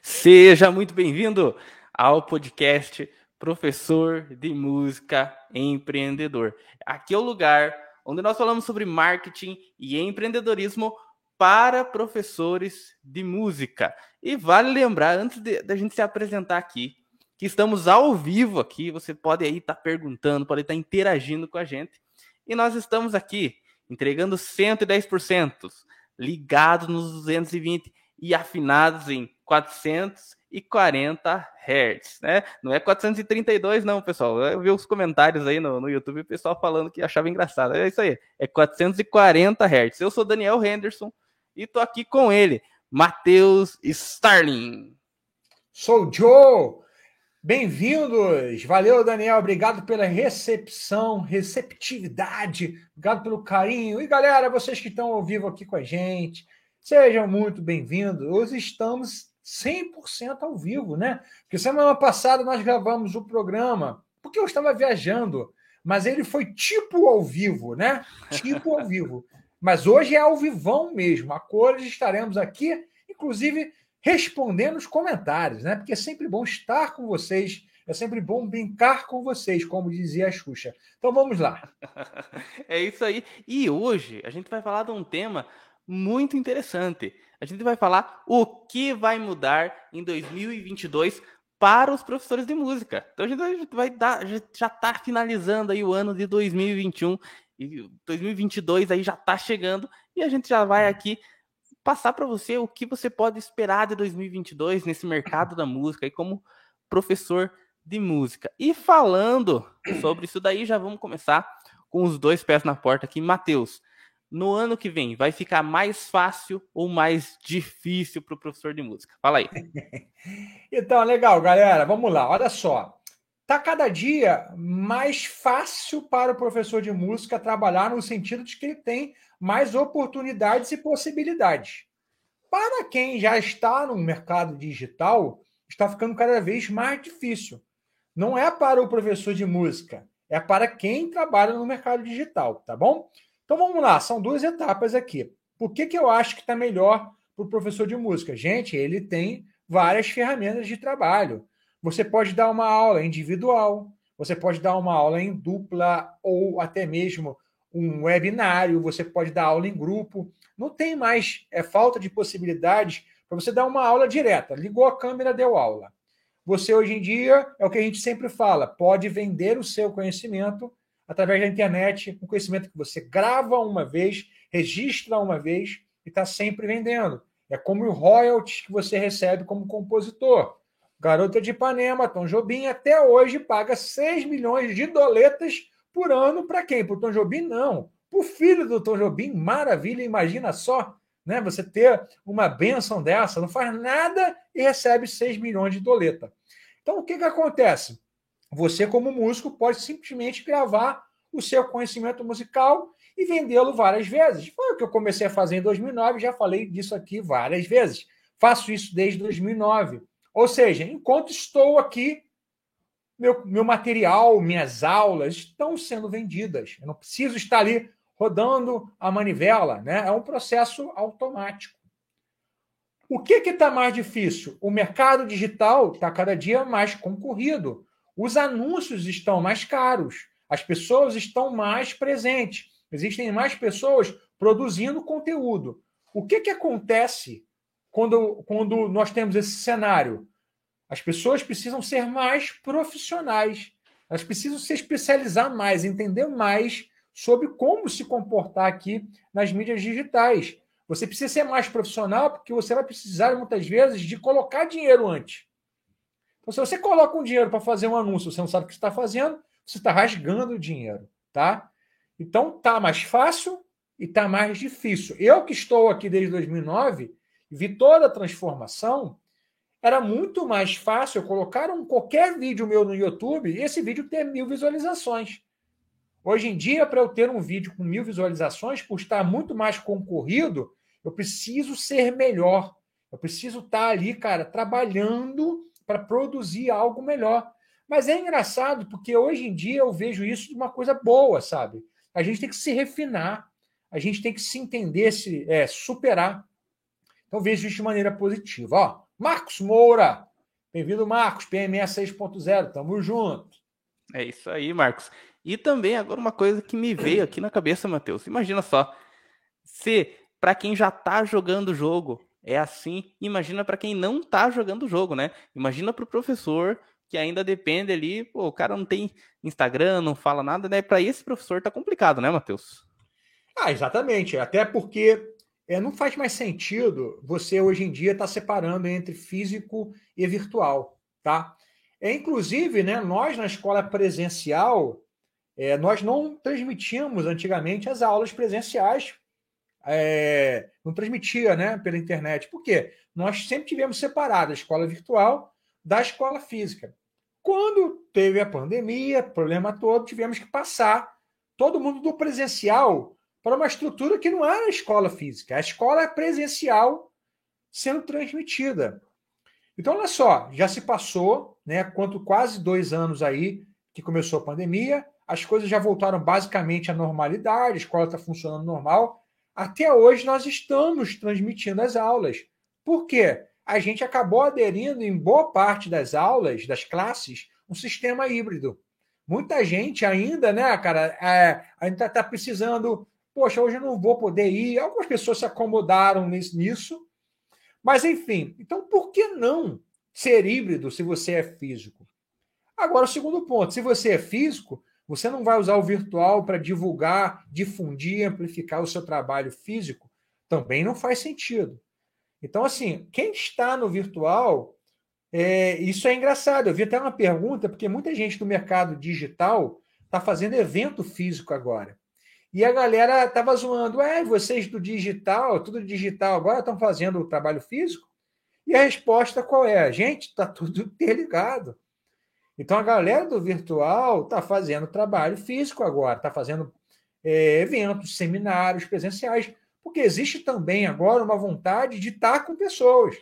Seja muito bem-vindo ao podcast Professor de Música Empreendedor. Aqui é o lugar onde nós falamos sobre marketing e empreendedorismo para professores de música. E vale lembrar, antes da gente se apresentar aqui, que estamos ao vivo aqui. Você pode aí estar perguntando, pode estar interagindo com a gente. E nós estamos aqui entregando 110%, ligados nos 220 e afinados em 440 Hz, né? Não é 432 não, pessoal. Eu vi os comentários aí no YouTube, o pessoal falando que achava engraçado. É isso aí, é 440 Hz. Eu sou Daniel Henderson e tô aqui com ele, Matheus Starling. Sou o Joe. Bem-vindos. Valeu, Daniel. Obrigado pela receptividade. Obrigado pelo carinho. E, galera, vocês que estão ao vivo aqui com a gente, sejam muito bem-vindos. Hoje estamos 100% ao vivo, né? Porque semana passada nós gravamos o programa, porque eu estava viajando, mas ele foi tipo ao vivo, né? Tipo ao vivo. Mas hoje é ao vivão mesmo. A cores estaremos aqui, inclusive respondendo os comentários, né? Porque é sempre bom estar com vocês, é sempre bom brincar com vocês, como dizia a Xuxa. Então vamos lá. É isso aí. E hoje a gente vai falar de um tema muito interessante. A gente vai falar o que vai mudar em 2022 para os professores de música. Então a gente vai dar, já está finalizando aí o ano de 2021 e 2022 aí já está chegando e a gente já vai aqui passar para você o que você pode esperar de 2022 nesse mercado da música e como professor de música. E falando sobre isso daí, já vamos começar com os dois pés na porta aqui. Matheus, no ano que vem, vai ficar mais fácil ou mais difícil para o professor de música? Fala aí. Então, legal, galera. Vamos lá. Olha só. Tá cada dia mais fácil para o professor de música trabalhar no sentido de que ele tem mais oportunidades e possibilidades. Para quem já está no mercado digital, está ficando cada vez mais difícil. Não é para o professor de música, é para quem trabalha no mercado digital, tá bom? Então vamos lá, são duas etapas aqui. Por que eu acho que está melhor para o professor de música? Gente, ele tem várias ferramentas de trabalho. Você pode dar uma aula individual, você pode dar uma aula em dupla ou até mesmo um webinário, você pode dar aula em grupo. Não tem mais falta de possibilidades para você dar uma aula direta. Ligou a câmera, deu aula. Você, hoje em dia, é o que a gente sempre fala, pode vender o seu conhecimento através da internet, um conhecimento que você grava uma vez, registra uma vez e está sempre vendendo. É como o royalties que você recebe como compositor. Garota de Ipanema, Tom Jobim, até hoje paga 6 milhões de doletas por ano para quem? Para o Tom Jobim? Não. Para o filho do Tom Jobim, maravilha, imagina só, né? Você ter uma benção dessa, não faz nada e recebe 6 milhões de doleta. Então, o que acontece? Você, como músico, pode simplesmente gravar o seu conhecimento musical e vendê-lo várias vezes. Foi o que eu comecei a fazer em 2009, já falei disso aqui várias vezes. Faço isso desde 2009. Ou seja, enquanto estou aqui, meu material, minhas aulas estão sendo vendidas. Eu não preciso estar ali rodando a manivela, né? É um processo automático. O que está mais difícil? O mercado digital está cada dia mais concorrido. Os anúncios estão mais caros. As pessoas estão mais presentes. Existem mais pessoas produzindo conteúdo. O que acontece quando nós temos esse cenário? As pessoas precisam ser mais profissionais. Elas precisam se especializar mais, entender mais sobre como se comportar aqui nas mídias digitais. Você precisa ser mais profissional porque você vai precisar, muitas vezes, de colocar dinheiro antes. Então, se você coloca um dinheiro para fazer um anúncio, você não sabe o que você está fazendo, você está rasgando o dinheiro, tá? Então, tá mais fácil e tá mais difícil. Eu que estou aqui desde 2009, vi toda a transformação, era muito mais fácil eu colocar qualquer vídeo meu no YouTube e esse vídeo ter 1.000 visualizações. Hoje em dia, para eu ter um vídeo com 1.000 visualizações, por estar muito mais concorrido, eu preciso ser melhor. Eu preciso estar ali, cara, trabalhando para produzir algo melhor. Mas é engraçado, porque hoje em dia eu vejo isso de uma coisa boa, sabe? A gente tem que se refinar, a gente tem que se entender, se superar. Então, vejo isso de maneira positiva. Ó, Marcos Moura. Bem-vindo, Marcos, PME 6.0. Tamo junto. É isso aí, Marcos. E também agora uma coisa que me veio aqui na cabeça, Matheus. Imagina só, se para quem já tá jogando o jogo é assim, imagina para quem não tá jogando o jogo, né? Imagina pro professor que ainda depende ali, pô, o cara não tem Instagram, não fala nada, né? Para esse professor tá complicado, né, Matheus? Exatamente. Até porque não faz mais sentido você hoje em dia estar separando entre físico e virtual, tá? Inclusive, né, nós na escola presencial, nós não transmitíamos antigamente as aulas presenciais, não transmitia, né, pela internet. Por quê? Nós sempre tivemos separado a escola virtual da escola física. Quando teve a pandemia, problema todo, tivemos que passar todo mundo do presencial para uma estrutura que não era a escola física. A escola é presencial sendo transmitida. Então, olha só, já se passou, né, quase 2 anos aí que começou a pandemia, as coisas já voltaram basicamente à normalidade, a escola está funcionando normal. Até hoje nós estamos transmitindo as aulas. Por quê? A gente acabou aderindo em boa parte das aulas, das classes, um sistema híbrido. Muita gente ainda, né, cara, ainda está precisando. Poxa, hoje eu não vou poder ir. Algumas pessoas se acomodaram nisso, mas, enfim, então por que não ser híbrido se você é físico? Agora, o segundo ponto: se você é físico, você não vai usar o virtual para divulgar, difundir, amplificar o seu trabalho físico? Também não faz sentido. Então, assim, quem está no virtual, isso é engraçado. Eu vi até uma pergunta, porque muita gente do mercado digital está fazendo evento físico agora. E a galera estava zoando, vocês do digital, tudo digital, agora estão fazendo o trabalho físico? E a resposta qual é? Gente, está tudo interligado. Então a galera do virtual está fazendo trabalho físico agora, está fazendo eventos, seminários presenciais, porque existe também agora uma vontade de estar com pessoas.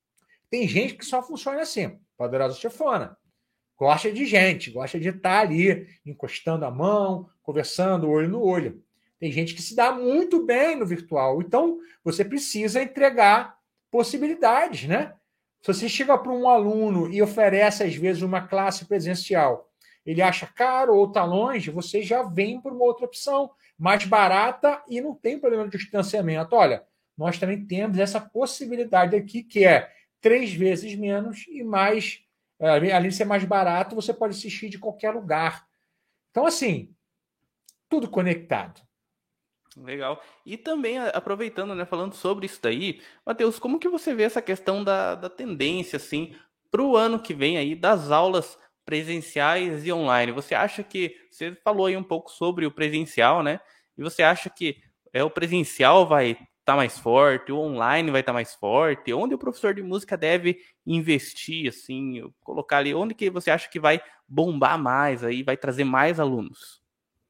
Tem gente que só funciona assim, poderosa chefona. Gosta de gente, gosta de estar ali, encostando a mão, conversando olho no olho. Tem gente que se dá muito bem no virtual. Então, você precisa entregar possibilidades, né? Se você chega para um aluno e oferece, às vezes, uma classe presencial, ele acha caro ou está longe, você já vem por uma outra opção, mais barata e não tem problema de distanciamento. Olha, nós também temos essa possibilidade aqui, que é 3 vezes menos e mais. Além de ser mais barato, você pode assistir de qualquer lugar. Então, assim, tudo conectado. Legal. E também, aproveitando, né, falando sobre isso daí, Matheus, como que você vê essa questão da tendência, assim, para o ano que vem aí, das aulas presenciais e online? Você acha que, você falou aí um pouco sobre o presencial, né? E você acha que o presencial vai estar mais forte, o online vai estar mais forte? Onde o professor de música deve investir, assim, colocar ali, onde que você acha que vai bombar mais aí, vai trazer mais alunos?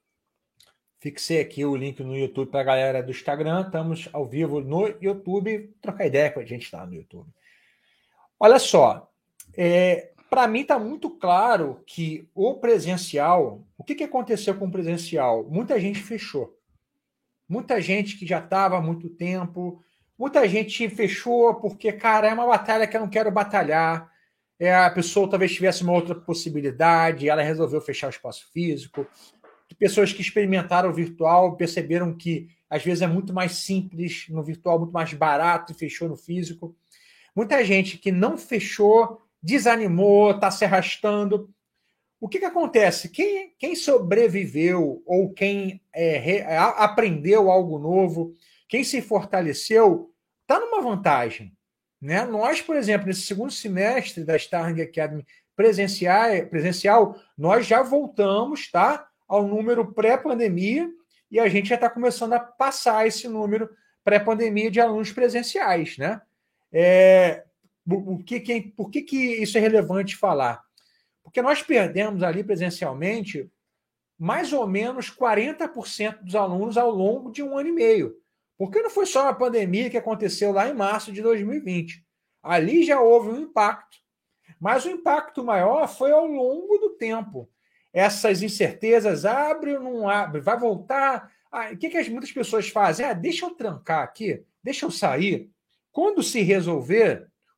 Fixei aqui o link no YouTube para a galera do Instagram. Estamos ao vivo no YouTube. Trocar ideia com a gente lá no YouTube. Olha só, para mim está muito claro que o presencial, o que aconteceu com o presencial? Muita gente fechou. Muita gente que já estava há muito tempo, muita gente fechou porque, cara, é uma batalha que eu não quero batalhar. A pessoa talvez tivesse uma outra possibilidade, ela resolveu fechar o espaço físico. Pessoas que experimentaram o virtual perceberam que às vezes é muito mais simples no virtual, muito mais barato e fechou no físico. Muita gente que não fechou, desanimou, está se arrastando. O que acontece? Quem sobreviveu ou quem aprendeu algo novo, quem se fortaleceu, está numa vantagem. Né? Nós, por exemplo, nesse segundo semestre da Starling Academy presencial, nós já voltamos, tá, ao número pré-pandemia e a gente já está começando a passar esse número pré-pandemia de alunos presenciais. Né? Por que isso é relevante falar? Porque nós perdemos ali presencialmente mais ou menos 40% dos alunos ao longo de 1 ano e meio. Porque não foi só a pandemia que aconteceu lá em março de 2020. Ali já houve um impacto. Mas o impacto maior foi ao longo do tempo. Essas incertezas, abre ou não abre, vai voltar. O que muitas pessoas fazem? Deixa eu trancar aqui, deixa eu sair. Quando se resolver,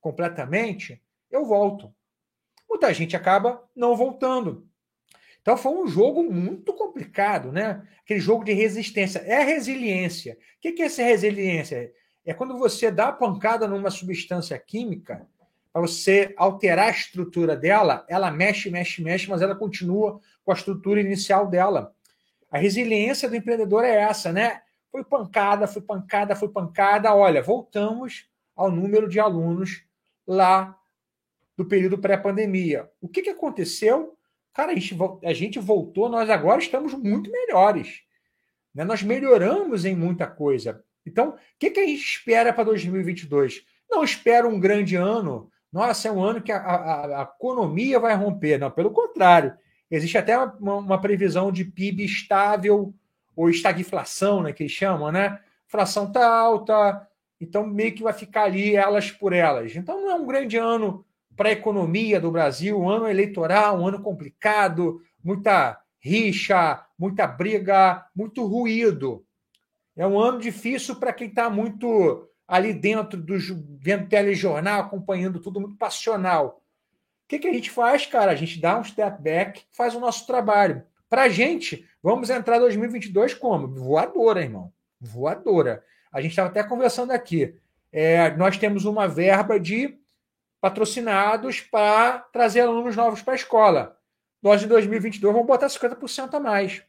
completamente, eu volto. Muita gente acaba não voltando. Então foi um jogo muito complicado, né? Aquele jogo de resistência. É resiliência. O que é essa resiliência? É quando você dá pancada numa substância química para você alterar a estrutura dela, ela mexe, mexe, mexe, mas ela continua com a estrutura inicial dela. A resiliência do empreendedor é essa, né? Foi pancada, foi pancada, foi pancada. Olha, voltamos ao número de alunos lá do período pré-pandemia. O que aconteceu? Cara, a gente voltou, nós agora estamos muito melhores. Né? Nós melhoramos em muita coisa. Então, o que a gente espera para 2022? Não espero um grande ano. Nossa, é um ano que a economia vai romper. Não, pelo contrário. Existe até uma previsão de PIB estável ou estagflação, né, que eles chamam, né? A inflação está alta, então meio que vai ficar ali elas por elas. Então, não é um grande ano para a economia do Brasil, um ano eleitoral, um ano complicado, muita rixa, muita briga, muito ruído. É um ano difícil para quem está muito ali dentro, vendo telejornal, acompanhando tudo muito passional. O que a gente faz, cara? A gente dá um step back, faz o nosso trabalho. Para a gente, vamos entrar 2022 como? Voadora, irmão. Voadora. A gente estava até conversando aqui. Nós temos uma verba de patrocinados para trazer alunos novos para a escola. Nós, em 2022, vamos botar 50% a mais.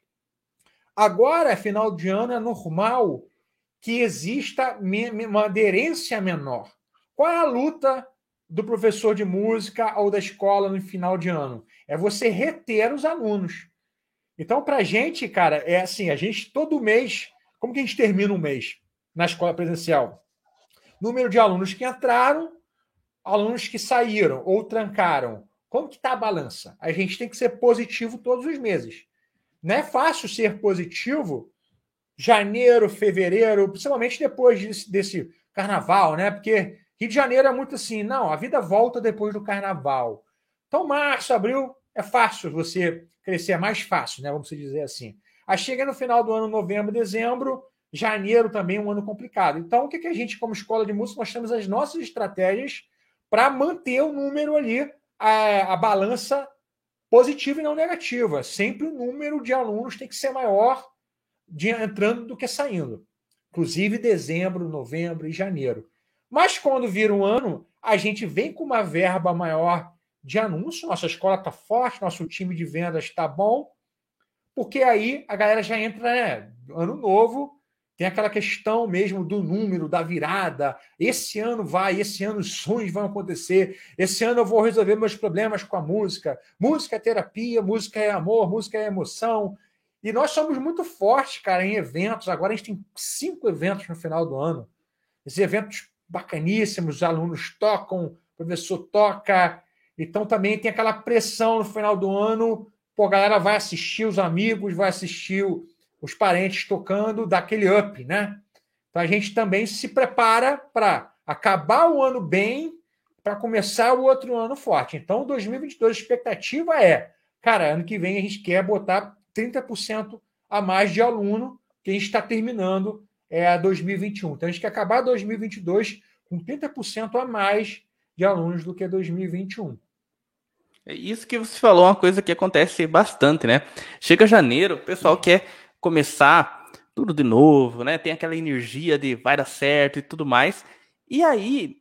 Agora, final de ano, é normal que exista uma aderência menor. Qual é a luta do professor de música ou da escola no final de ano? É você reter os alunos. Então, para a gente, cara, é assim, a gente todo mês, como que a gente termina um mês na escola presencial? Número de alunos que entraram, alunos que saíram ou trancaram. Como que está a balança? A gente tem que ser positivo todos os meses. Não é fácil ser positivo janeiro, fevereiro, principalmente depois desse carnaval, né? Porque Rio de Janeiro é muito assim, não, a vida volta depois do carnaval. Então, março, abril, é fácil você crescer, é mais fácil, né? Vamos dizer assim. Aí chega no final do ano, novembro, dezembro, janeiro também é um ano complicado. Então, o que a gente, como escola de música, nós temos as nossas estratégias para manter o número ali, a balança positiva e não negativa. Sempre o número de alunos tem que ser maior entrando do que saindo. Inclusive dezembro, novembro e janeiro. Mas quando vira um ano, a gente vem com uma verba maior de anúncio, nossa escola está forte, nosso time de vendas está bom, porque aí a galera já entra, né? Ano novo, tem aquela questão mesmo do número, da virada. Esse ano os sonhos vão acontecer. Esse ano eu vou resolver meus problemas com a música. Música é terapia, música é amor, música é emoção. E nós somos muito fortes, cara, em eventos. Agora a gente tem 5 eventos no final do ano. Esses eventos bacaníssimos, os alunos tocam, o professor toca. Então também tem aquela pressão no final do ano. Pô, a galera vai assistir os amigos, vai assistir os parentes tocando, dá aquele up, né? Então a gente também se prepara para acabar o ano bem, para começar o outro ano forte. Então, 2022, a expectativa é, cara, ano que vem a gente quer botar 30% a mais de aluno que a gente está terminando 2021. Então, a gente quer acabar 2022 com 30% a mais de alunos do que 2021. Isso que você falou é uma coisa que acontece bastante, né? Chega janeiro, o pessoal quer começar tudo de novo, né? Tem aquela energia de vai dar certo e tudo mais. E aí,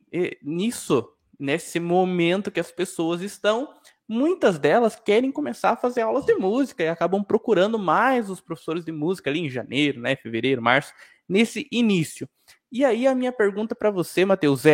nesse momento que as pessoas estão, muitas delas querem começar a fazer aulas de música e acabam procurando mais os professores de música ali em janeiro, né? Fevereiro, março, nesse início. E aí a minha pergunta para você, Matheus,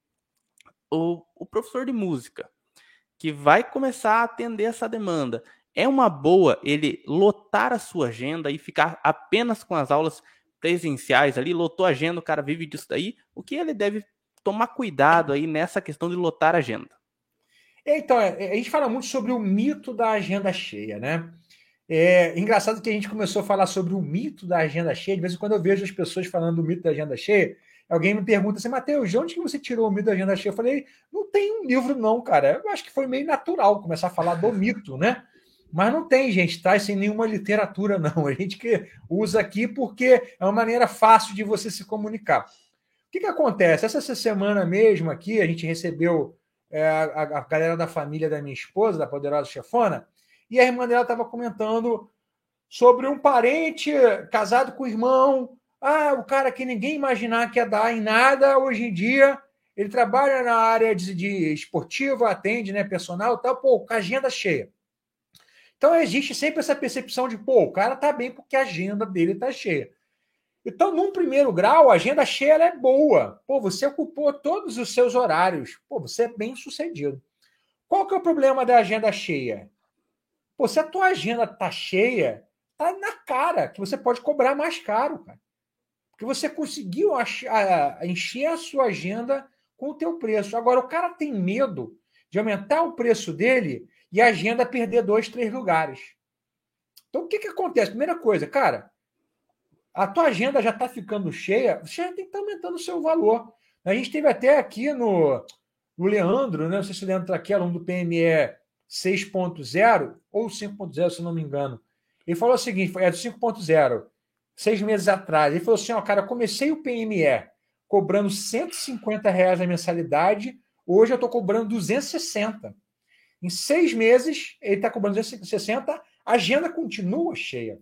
o professor de música que vai começar a atender essa demanda, é uma boa ele lotar a sua agenda e ficar apenas com as aulas presenciais ali, lotou a agenda, o cara vive disso daí, o que ele deve tomar cuidado aí nessa questão de lotar a agenda? Então, a gente fala muito sobre o mito da agenda cheia, né? É engraçado que a gente começou a falar sobre o mito da agenda cheia, de vez em quando eu vejo as pessoas falando do mito da agenda cheia, alguém me pergunta assim, Matheus, de onde que você tirou o mito da agenda cheia? Eu falei, não tem um livro não, cara. Eu acho que foi meio natural começar a falar do mito, né? Mas não tem, gente, tá? Sem nenhuma literatura, não. A gente que usa aqui porque é uma maneira fácil de você se comunicar. que acontece? Essa semana mesmo aqui, a gente recebeu a galera da família da minha esposa, da Poderosa Chefona, e a irmã dela estava comentando sobre um parente casado com o irmão. Ah, o cara que ninguém imaginar que ia dar em nada, hoje em dia, ele trabalha na área de esportiva, atende, né, personal e tal, pô, com a agenda cheia. Então existe sempre essa percepção de, pô, o cara tá bem porque a agenda dele tá cheia. Então, num primeiro grau, a agenda cheia é boa. Pô, você ocupou todos os seus horários. Pô, você é bem sucedido. Qual que é o problema da agenda cheia? Pô, se a tua agenda tá cheia, tá na cara que você pode cobrar mais caro, cara. Porque você conseguiu encher a sua agenda com o teu preço. Agora, o cara tem medo de aumentar o preço dele e a agenda perder 2, 3 lugares. Então, o que acontece? Primeira coisa, cara, a tua agenda já está ficando cheia, você já tem que estar aumentando o seu valor. A gente teve até aqui no Leandro, né? Não sei se o Leandro está aqui, aluno do PME 6.0 ou 5.0, se não me engano. Ele falou o seguinte, é do 5.0, 6 meses atrás. Ele falou assim, ó, cara, comecei o PME cobrando R$ 150 a mensalidade, hoje eu estou cobrando 260. Em 6 meses, ele está cobrando 260, a agenda continua cheia.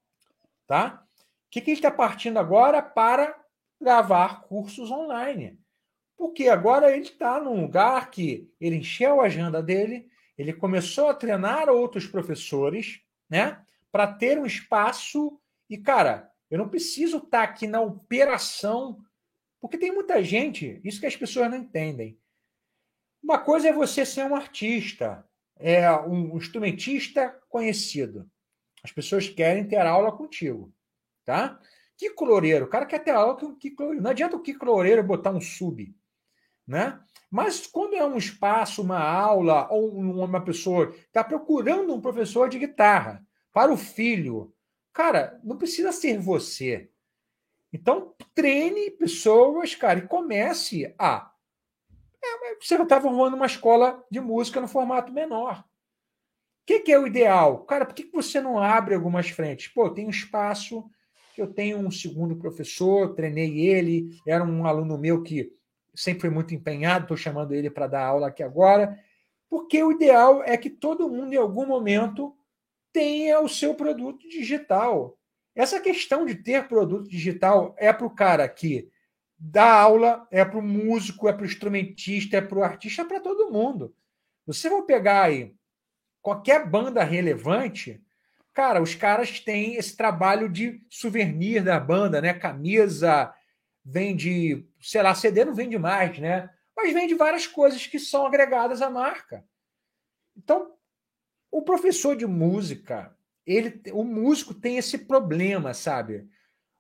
Tá? O que a gente está partindo agora para gravar cursos online? Porque agora ele está num lugar que ele encheu a agenda dele, ele começou a treinar outros professores, né? Para ter um espaço. E, cara, eu não preciso estar aqui na operação, porque tem muita gente, isso que as pessoas não entendem. Uma coisa é você ser um artista, um instrumentista conhecido. As pessoas querem ter aula contigo. Tá? Kiko Loureiro, o cara quer ter aula com o Kiko Loureiro. Não adianta o Kiko Loureiro botar um sub, né? Mas quando é um espaço, uma aula, ou uma pessoa está procurando um professor de guitarra para o filho, cara, não precisa ser você. Então, treine pessoas, cara, e comece a. Você estava arrumando uma escola de música no formato menor. O que é o ideal? Cara, por que você não abre algumas frentes? Pô, tem um espaço que eu tenho um segundo professor, treinei ele, era um aluno meu que sempre foi muito empenhado, estou chamando ele para dar aula aqui agora, porque o ideal é que todo mundo, em algum momento, tenha o seu produto digital. Essa questão de ter produto digital é para o cara que dá aula, é para o músico, é para o instrumentista, é para o artista, é para todo mundo. Você vai pegar aí qualquer banda relevante, cara, os caras têm esse trabalho de souvenir da banda, né? Camisa, vende, sei lá, CD não vende mais, né? Mas vende várias coisas que são agregadas à marca. Então, o professor de música, o músico tem esse problema, sabe? O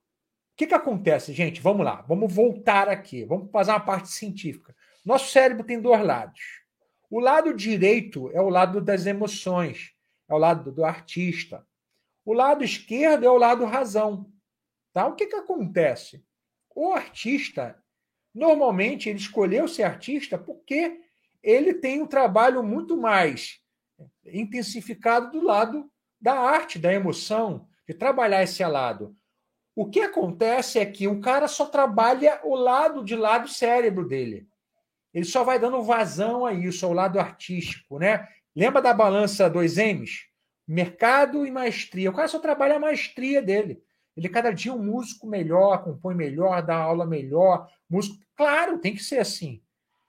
que acontece, gente? Vamos lá, vamos voltar aqui, vamos fazer uma parte científica. Nosso cérebro tem dois lados. O lado direito é o lado das emoções, é o lado do artista. O lado esquerdo é o lado razão. Tá? O que acontece? O artista, normalmente, ele escolheu ser artista porque ele tem um trabalho muito mais intensificado do lado da arte, da emoção, de trabalhar esse lado. O que acontece é que o cara só trabalha o lado de lá do cérebro dele. Ele só vai dando vazão a isso, ao lado artístico, né? Lembra da balança 2Ms? Mercado e maestria. O cara só trabalha a maestria dele. Ele cada dia um músico melhor, compõe melhor, dá aula melhor. Músico, claro, tem que ser assim.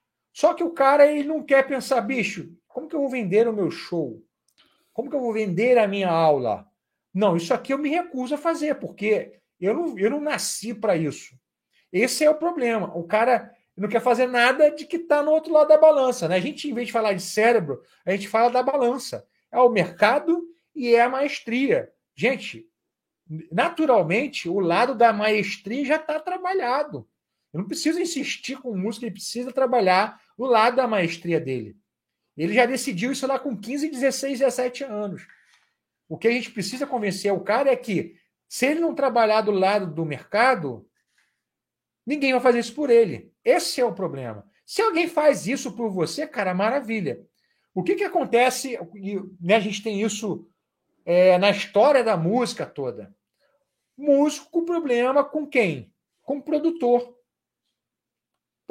Só que o cara ele não quer pensar, bicho, como que eu vou vender o meu show? Como que eu vou vender a minha aula? Não, isso aqui eu me recuso a fazer, porque eu não nasci para isso. Esse é o problema. O cara não quer fazer nada de que está no outro lado da balança. Né? A gente, em vez de falar de cérebro, a gente fala da balança. É o mercado e é a maestria. Gente, naturalmente, o lado da maestria já está trabalhado. Eu não preciso insistir com o músico, ele precisa trabalhar o lado da maestria dele. Ele já decidiu isso lá com 15, 16, 17 anos. O que a gente precisa convencer o cara é que, se ele não trabalhar do lado do mercado, ninguém vai fazer isso por ele. Esse é o problema. Se alguém faz isso por você, cara, maravilha. O que acontece, né, a gente tem isso na história da música toda. Músico com problema com quem? Com o produtor.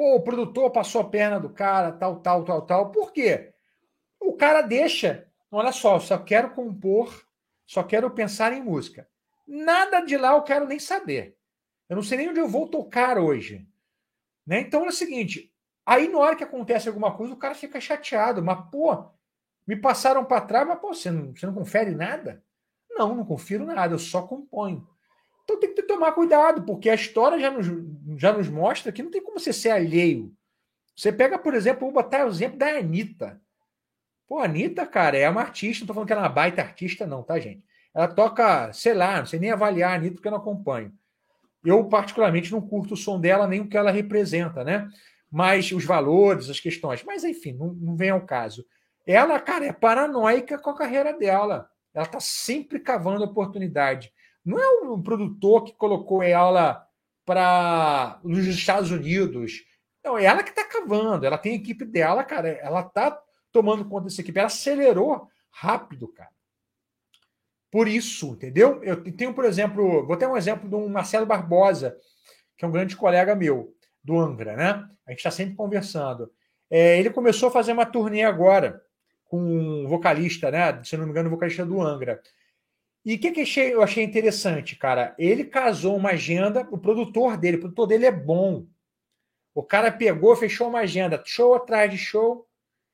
Pô, o produtor passou a perna do cara, tal, tal, tal, tal. Por quê? O cara deixa, olha só quero compor, só quero pensar em música. Nada de lá eu quero nem saber. Eu não sei nem onde eu vou tocar hoje. Né? Então é o seguinte, aí na hora que acontece alguma coisa, o cara fica chateado. Mas, pô, me passaram para trás, mas, pô, você não confere nada? Não, não confiro nada, eu só componho. Então tem que tomar cuidado, porque a história já nos mostra que não tem como você ser alheio. Você pega, por exemplo, vou botar o exemplo da Anitta. Pô, a Anitta, cara, é uma artista, não tô falando que ela é uma baita artista, não, tá, gente? Ela toca, sei lá, não sei nem avaliar a Anitta porque eu não acompanho. Eu, particularmente, não curto o som dela, nem o que ela representa, né? Mas os valores, as questões. Mas, enfim, não vem ao caso. Ela, cara, é paranoica com a carreira dela. Ela está sempre cavando oportunidade. Não é um produtor que colocou ela para nos Estados Unidos. Não, é ela que está cavando. Ela tem a equipe dela, cara. Ela está tomando conta dessa equipe. Ela acelerou rápido, cara. Por isso, entendeu? Eu tenho, por exemplo, vou ter um exemplo do Marcelo Barbosa, que é um grande colega meu, do Angra, né? A gente está sempre conversando. Ele começou a fazer uma turnê agora com um vocalista, né? Se não me engano, o vocalista do Angra. E o que eu achei interessante, cara? Ele casou uma agenda, o produtor dele é bom. O cara pegou, fechou uma agenda, show atrás de show,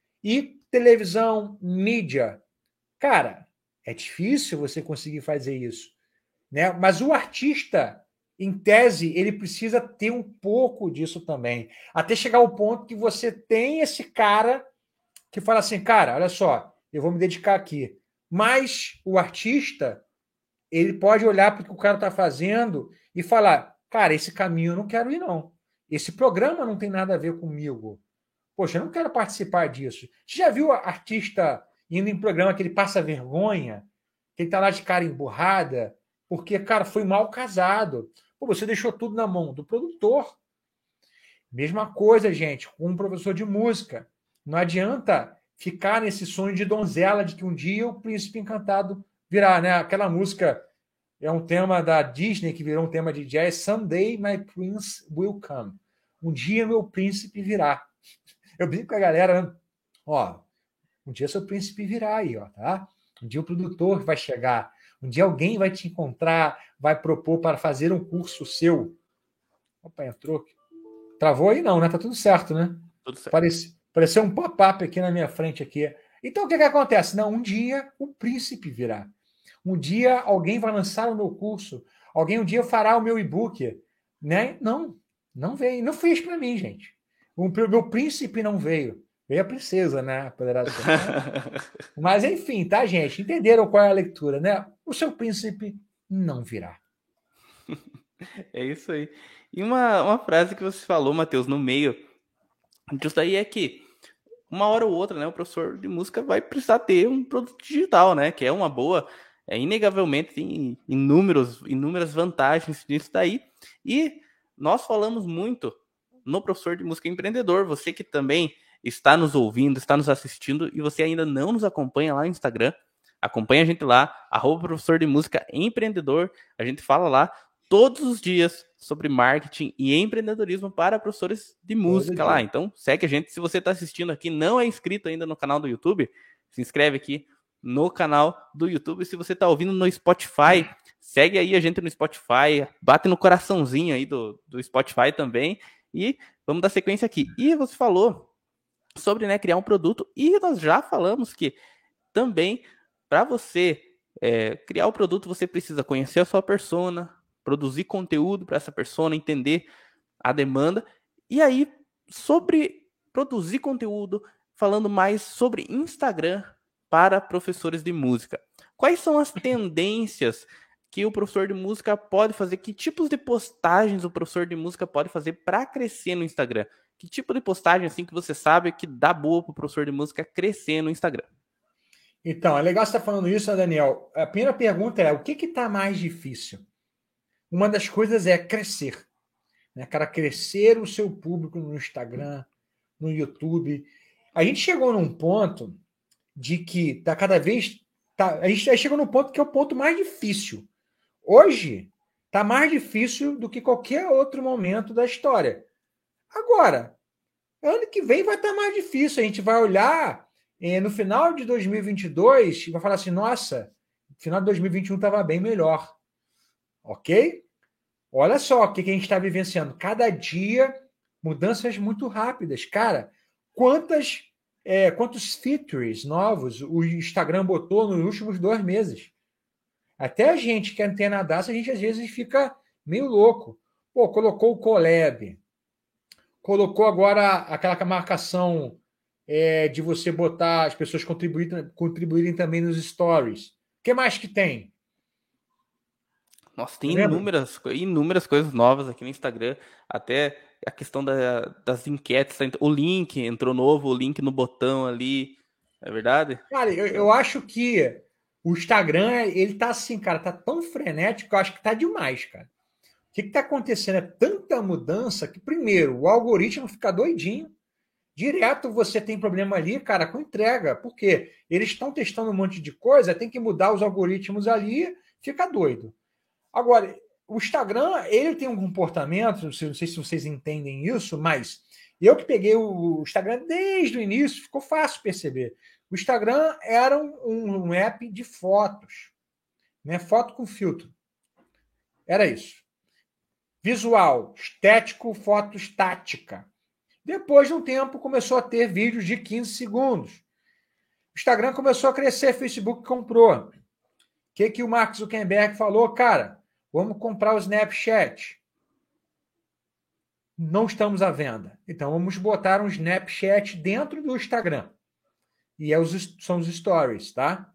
e televisão, mídia. Cara, é difícil você conseguir fazer isso, né? Mas o artista, em tese, ele precisa ter um pouco disso também, até chegar ao ponto que você tem esse cara que fala assim, cara, olha só, eu vou me dedicar aqui. Mas o artista, ele pode olhar para o que o cara está fazendo e falar, cara, esse caminho eu não quero ir, não. Esse programa não tem nada a ver comigo. Poxa, eu não quero participar disso. Você já viu artista indo em programa que ele passa vergonha, que ele tá lá de cara emburrada, porque, cara, foi mal casado. Pô, você deixou tudo na mão do produtor. Mesma coisa, gente, com um professor de música. Não adianta ficar nesse sonho de donzela de que um dia o príncipe encantado virá, né? Aquela música é um tema da Disney que virou um tema de jazz. Someday my prince will come. Um dia meu príncipe virá. Eu brinco com a galera, né? Ó, um dia seu príncipe virá aí, ó, tá? Um dia o produtor vai chegar, um dia alguém vai te encontrar, vai propor para fazer um curso seu. Opa, entrou. Travou aí não, né? Tá tudo certo, né? Tudo certo. Pareceu um pop-up aqui na minha frente aqui. Então o que acontece? Não, um dia o príncipe virá. Um dia alguém vai lançar o meu curso. Alguém um dia fará o meu e-book, né? Não veio, não fez para mim, gente. O meu príncipe não veio. Veio a princesa, né? Poderá ser. Mas enfim, tá, gente? Entenderam qual é a leitura, né? O seu príncipe não virá. É isso aí. E uma frase que você falou, Matheus, no meio disso aí é que uma hora ou outra, né, o professor de música vai precisar ter um produto digital, né, que é uma boa, inegavelmente tem inúmeras vantagens nisso daí. E nós falamos muito no professor de música empreendedor, você que também está nos ouvindo, está nos assistindo e você ainda não nos acompanha lá no Instagram, acompanha a gente lá, @professor de música empreendedor, a gente fala lá todos os dias sobre marketing e empreendedorismo para professores de música lá. Então, segue a gente. Se você está assistindo aqui, não é inscrito ainda no canal do YouTube, se inscreve aqui no canal do YouTube. Se você está ouvindo no Spotify, segue aí a gente no Spotify, bate no coraçãozinho aí do Spotify também e vamos dar sequência aqui. E você falou sobre, né, criar um produto e nós já falamos que também para você criar o produto, você precisa conhecer a sua persona, produzir conteúdo para essa persona, entender a demanda. E aí, sobre produzir conteúdo, falando mais sobre Instagram para professores de música. Quais são as tendências que o professor de música pode fazer? Que tipos de postagens o professor de música pode fazer para crescer no Instagram? Que tipo de postagem assim que você sabe que dá boa para o professor de música crescer no Instagram? Então, é legal você estar falando isso, né, Daniel? A primeira pergunta é: o que está mais difícil? Uma das coisas é crescer, né, cara? Crescer o seu público no Instagram, no YouTube. A gente chegou num ponto de que tá cada vez. A gente chegou num ponto que é o ponto mais difícil. Hoje, tá mais difícil do que qualquer outro momento da história. Agora, Ano que vem vai estar mais difícil. A gente vai olhar no final de 2022 e vai falar assim: nossa, no final de 2021 estava bem melhor. Ok? Olha só o que a gente está vivenciando. Cada dia, mudanças muito rápidas. Cara, quantos features novos o Instagram botou nos últimos 2 meses? Até a gente que é antenadaça, a gente às vezes fica meio louco. Pô, colocou o collab, colocou agora aquela marcação de você botar as pessoas contribuírem também nos stories. O que mais que tem? Nossa, Tá tem vendo? inúmeras coisas novas aqui no Instagram. Até a questão das enquetes. O link entrou novo, o link no botão ali. É verdade? Cara, eu acho que o Instagram, ele tá assim, cara, tá tão frenético, eu acho que tá demais, cara. O que tá acontecendo? É tanta mudança que, primeiro, o algoritmo fica doidinho. Direto você tem problema ali, cara, com entrega. Por quê? Eles estão testando um monte de coisa, tem que mudar os algoritmos ali, fica doido. Agora, o Instagram, ele tem um comportamento, não sei se vocês entendem isso, mas eu que peguei o Instagram desde o início, ficou fácil perceber. O Instagram era um app de fotos, né? Foto com filtro. Era isso. Visual, estético, foto estática. Depois de um tempo, começou a ter vídeos de 15 segundos. O Instagram começou a crescer, Facebook comprou. O que o Mark Zuckerberg falou? Cara, vamos comprar o Snapchat. Não estamos à venda. Então vamos botar um Snapchat dentro do Instagram. E são os stories, tá?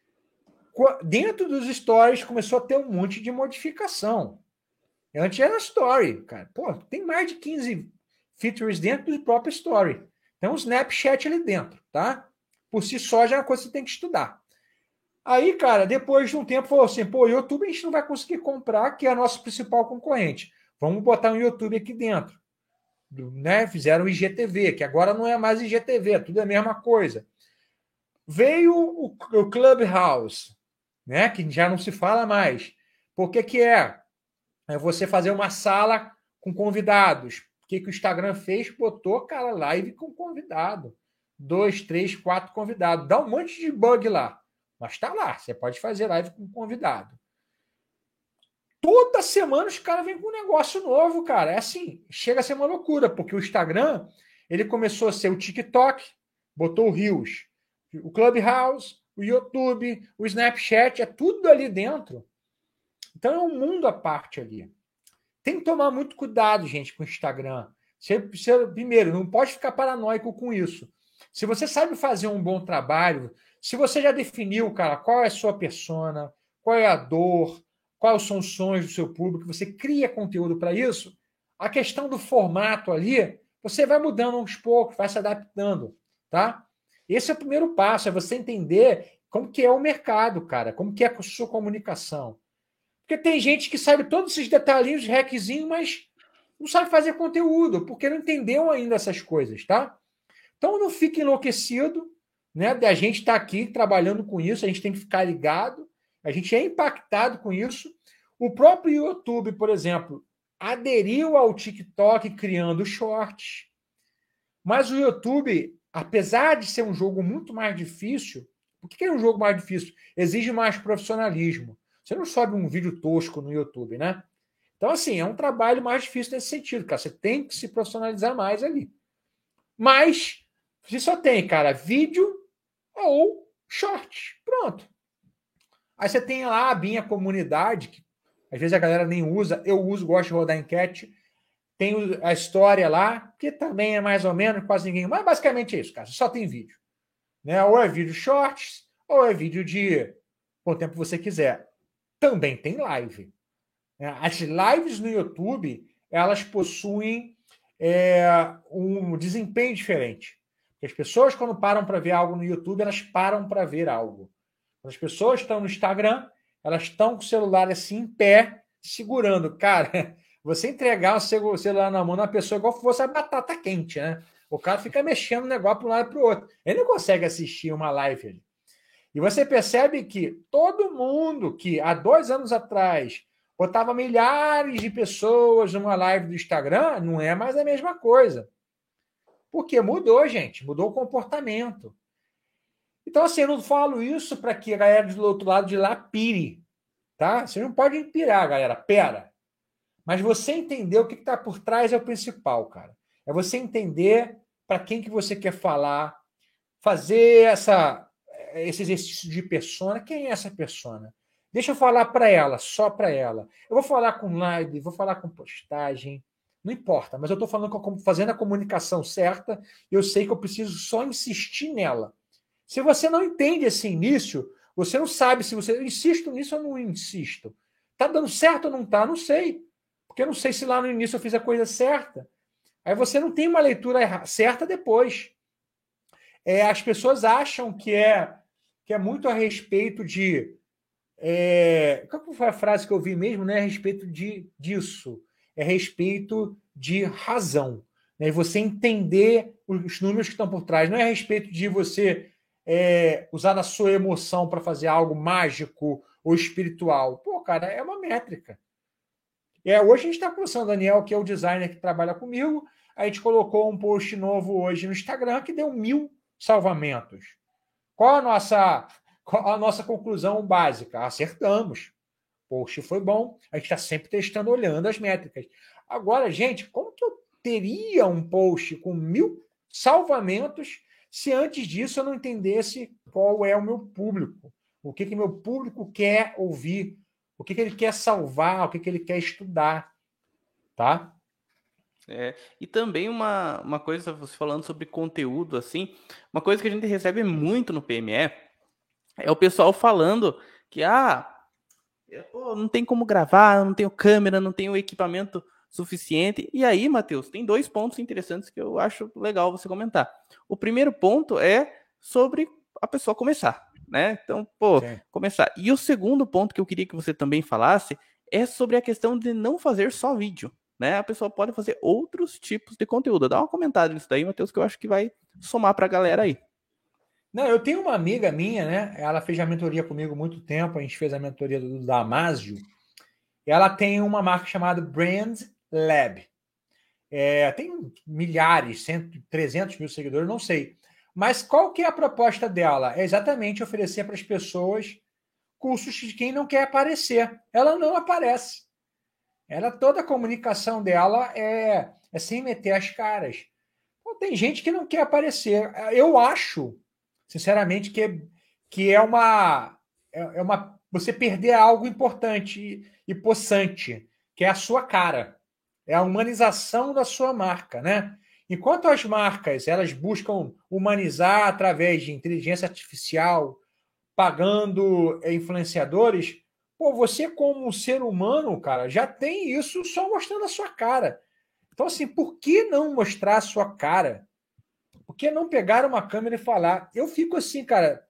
Dentro dos stories começou a ter um monte de modificação. Antes era story, cara. Pô, tem mais de 15 features dentro do próprio story. Tem um Snapchat ali dentro, tá? Por si só já é uma coisa que você tem que estudar. Aí, cara, depois de um tempo, falou assim: pô, YouTube a gente não vai conseguir comprar, que é a nossa principal concorrente. Vamos botar um YouTube aqui dentro. Né? Fizeram o IGTV, que agora não é mais IGTV, tudo é a mesma coisa. Veio o Clubhouse, né? Que já não se fala mais. Por que é? É você fazer uma sala com convidados. O que o Instagram fez? Botou, cara, live com convidado. 2, 3, 4 convidados. Dá um monte de bug lá. Mas tá lá. Você pode fazer live com convidado. Toda semana os caras vêm com um negócio novo, cara. É assim, chega a ser uma loucura, porque o Instagram, ele começou a ser o TikTok, botou o Reels, o Clubhouse, o YouTube, o Snapchat, é tudo ali dentro. Então é um mundo à parte ali. Tem que tomar muito cuidado, gente, com o Instagram. Primeiro, não pode ficar paranoico com isso. Se você sabe fazer um bom trabalho, se você já definiu, cara, qual é a sua persona, qual é a dor, quais são os sonhos do seu público, você cria conteúdo para isso, a questão do formato ali, você vai mudando aos poucos, vai se adaptando, tá? Esse é o primeiro passo, é você entender como que é o mercado, cara, como que é a sua comunicação. Porque tem gente que sabe todos esses detalhinhos, hackzinho, mas não sabe fazer conteúdo, porque não entendeu ainda essas coisas, tá? Então não fique enlouquecido, né? A gente está aqui trabalhando com isso, a gente tem que ficar ligado, a gente é impactado com isso. O próprio YouTube, por exemplo, aderiu ao TikTok criando shorts. Mas o YouTube, apesar de ser um jogo muito mais difícil, por que é um jogo mais difícil? Exige mais profissionalismo. Você não sobe um vídeo tosco no YouTube, né? Então, assim, é um trabalho mais difícil nesse sentido, cara. Você tem que se profissionalizar mais ali. Mas você só tem, cara, vídeo ou short. Pronto. Aí você tem lá a abinha comunidade, que às vezes a galera nem usa. Eu uso, gosto de rodar enquete. Tem a história lá, que também é mais ou menos, quase ninguém. Mas basicamente é isso, cara. Só tem vídeo. Né? Ou é vídeo shorts, ou é vídeo de quanto tempo você quiser. Também tem live. As lives no YouTube, elas possuem um desempenho diferente. As pessoas, quando param para ver algo no YouTube, elas param para ver algo. Quando as pessoas estão no Instagram, elas estão com o celular assim em pé, segurando. Cara, você entregar o celular na mão da pessoa é igual se fosse a batata quente, né? O cara fica mexendo o negócio para um lado e para o outro. Ele não consegue assistir uma live ali. E você percebe que todo mundo que há 2 anos atrás botava milhares de pessoas numa live do Instagram, não é mais a mesma coisa. Porque mudou, gente. Mudou o comportamento. Então, assim, eu não falo isso para que a galera do outro lado de lá pire. Tá? Você não pode pirar, galera. Pera. Mas você entender o que está por trás é o principal, cara. É você entender para quem que você quer falar, fazer esse exercício de persona. Quem é essa persona? Deixa eu falar para ela, só para ela. Eu vou falar com live, vou falar com postagem, não importa, mas eu estou fazendo a comunicação certa e eu sei que eu preciso só insistir nela. Se você não entende esse início, você não sabe se você... Eu insisto nisso ou não insisto. Tá dando certo ou não tá? Não sei. Porque eu não sei se lá no início eu fiz a coisa certa. Aí você não tem uma leitura certa depois. As pessoas acham que é muito a respeito de... qual foi a frase que eu vi mesmo? Não é a respeito disso. É a respeito de razão. Né? E você entender os números que estão por trás. Não é a respeito de você usar a sua emoção para fazer algo mágico ou espiritual. Pô, cara, é uma métrica. Hoje a gente está conversando, Daniel, que é o designer que trabalha comigo. A gente colocou um post novo hoje no Instagram que deu 1.000 salvamentos. Qual a nossa conclusão básica? Acertamos. O post foi bom. A gente está sempre testando, olhando as métricas. Agora, gente, como que eu teria um post com 1.000 salvamentos se antes disso eu não entendesse qual é o meu público? O que meu público quer ouvir? O que ele quer salvar? O que ele quer estudar? Tá? E também uma coisa, você falando sobre conteúdo, assim, uma coisa que a gente recebe muito no PME é o pessoal falando que, não tem como gravar, não tenho câmera, não tenho equipamento suficiente. E aí, Matheus, tem 2 pontos interessantes que eu acho legal você comentar. O primeiro ponto é sobre a pessoa começar, né? Então, Sim. começar. E o segundo ponto que eu queria que você também falasse é sobre a questão de não fazer só vídeo, né? A pessoa pode fazer outros tipos de conteúdo. Dá uma comentada nisso daí, Matheus, que eu acho que vai somar para a galera aí. Não, eu tenho uma amiga minha, né? Ela fez a mentoria comigo há muito tempo. A gente fez a mentoria do Damásio. Ela tem uma marca chamada Brand Lab. Tem milhares, 300 mil seguidores, não sei. Mas qual que é a proposta dela? É exatamente oferecer para as pessoas cursos de quem não quer aparecer. Ela não aparece. Toda a comunicação dela é sem meter as caras. Então, tem gente que não quer aparecer. Eu acho, sinceramente, que é uma você perder algo importante e possante, que é a sua cara. É a humanização da sua marca, né? Enquanto as marcas elas buscam humanizar através de inteligência artificial, pagando influenciadores, pô, você como um ser humano, cara, já tem isso só mostrando a sua cara. Então, assim, por que não mostrar a sua cara? Por que não pegar uma câmera e falar? Eu fico assim, cara,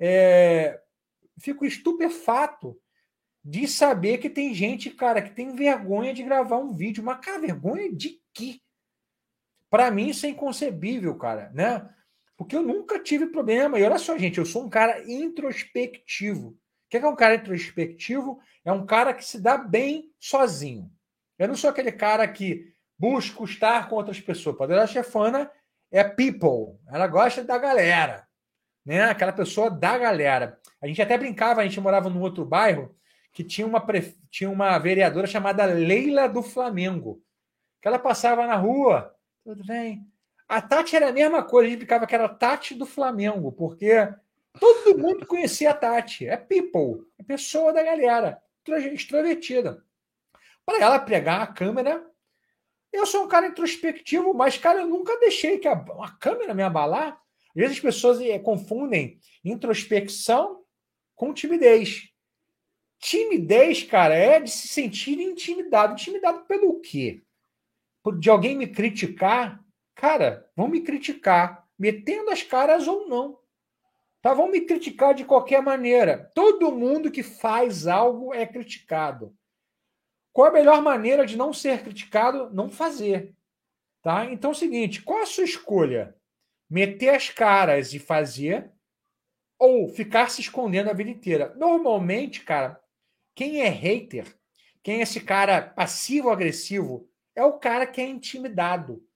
fico estupefato de saber que tem gente, cara, que tem vergonha de gravar um vídeo. Mas, cara, vergonha de quê? Para mim, isso é inconcebível, cara, né? Porque eu nunca tive problema. E olha só, gente, eu sou um cara introspectivo. O que é um cara introspectivo? É um cara que se dá bem sozinho. Eu não sou aquele cara que busca estar com outras pessoas. A Chefana é people. Ela gosta da galera, né? Aquela pessoa da galera. A gente até brincava, a gente morava num outro bairro que tinha uma vereadora chamada Leila do Flamengo, que ela passava na rua, tudo bem. A Tati era a mesma coisa, a gente brincava que era a Tati do Flamengo, porque todo mundo conhecia a Tati. É people, é pessoa da galera, extrovertida. Para ela pegar a câmera, eu sou um cara introspectivo, mas, cara, eu nunca deixei que a câmera me abalar. Às vezes as pessoas confundem introspecção com timidez. Timidez, cara, é de se sentir intimidado. Intimidado pelo quê? De alguém me criticar? Cara, vão me criticar, metendo as caras ou não. Tá? Vão me criticar de qualquer maneira. Todo mundo que faz algo é criticado. Qual a melhor maneira de não ser criticado? Não fazer. Tá? Então é o seguinte, qual a sua escolha? Meter as caras e fazer ou ficar se escondendo a vida inteira? Normalmente, cara, quem é hater, quem é esse cara passivo-agressivo, é o cara que é intimidado.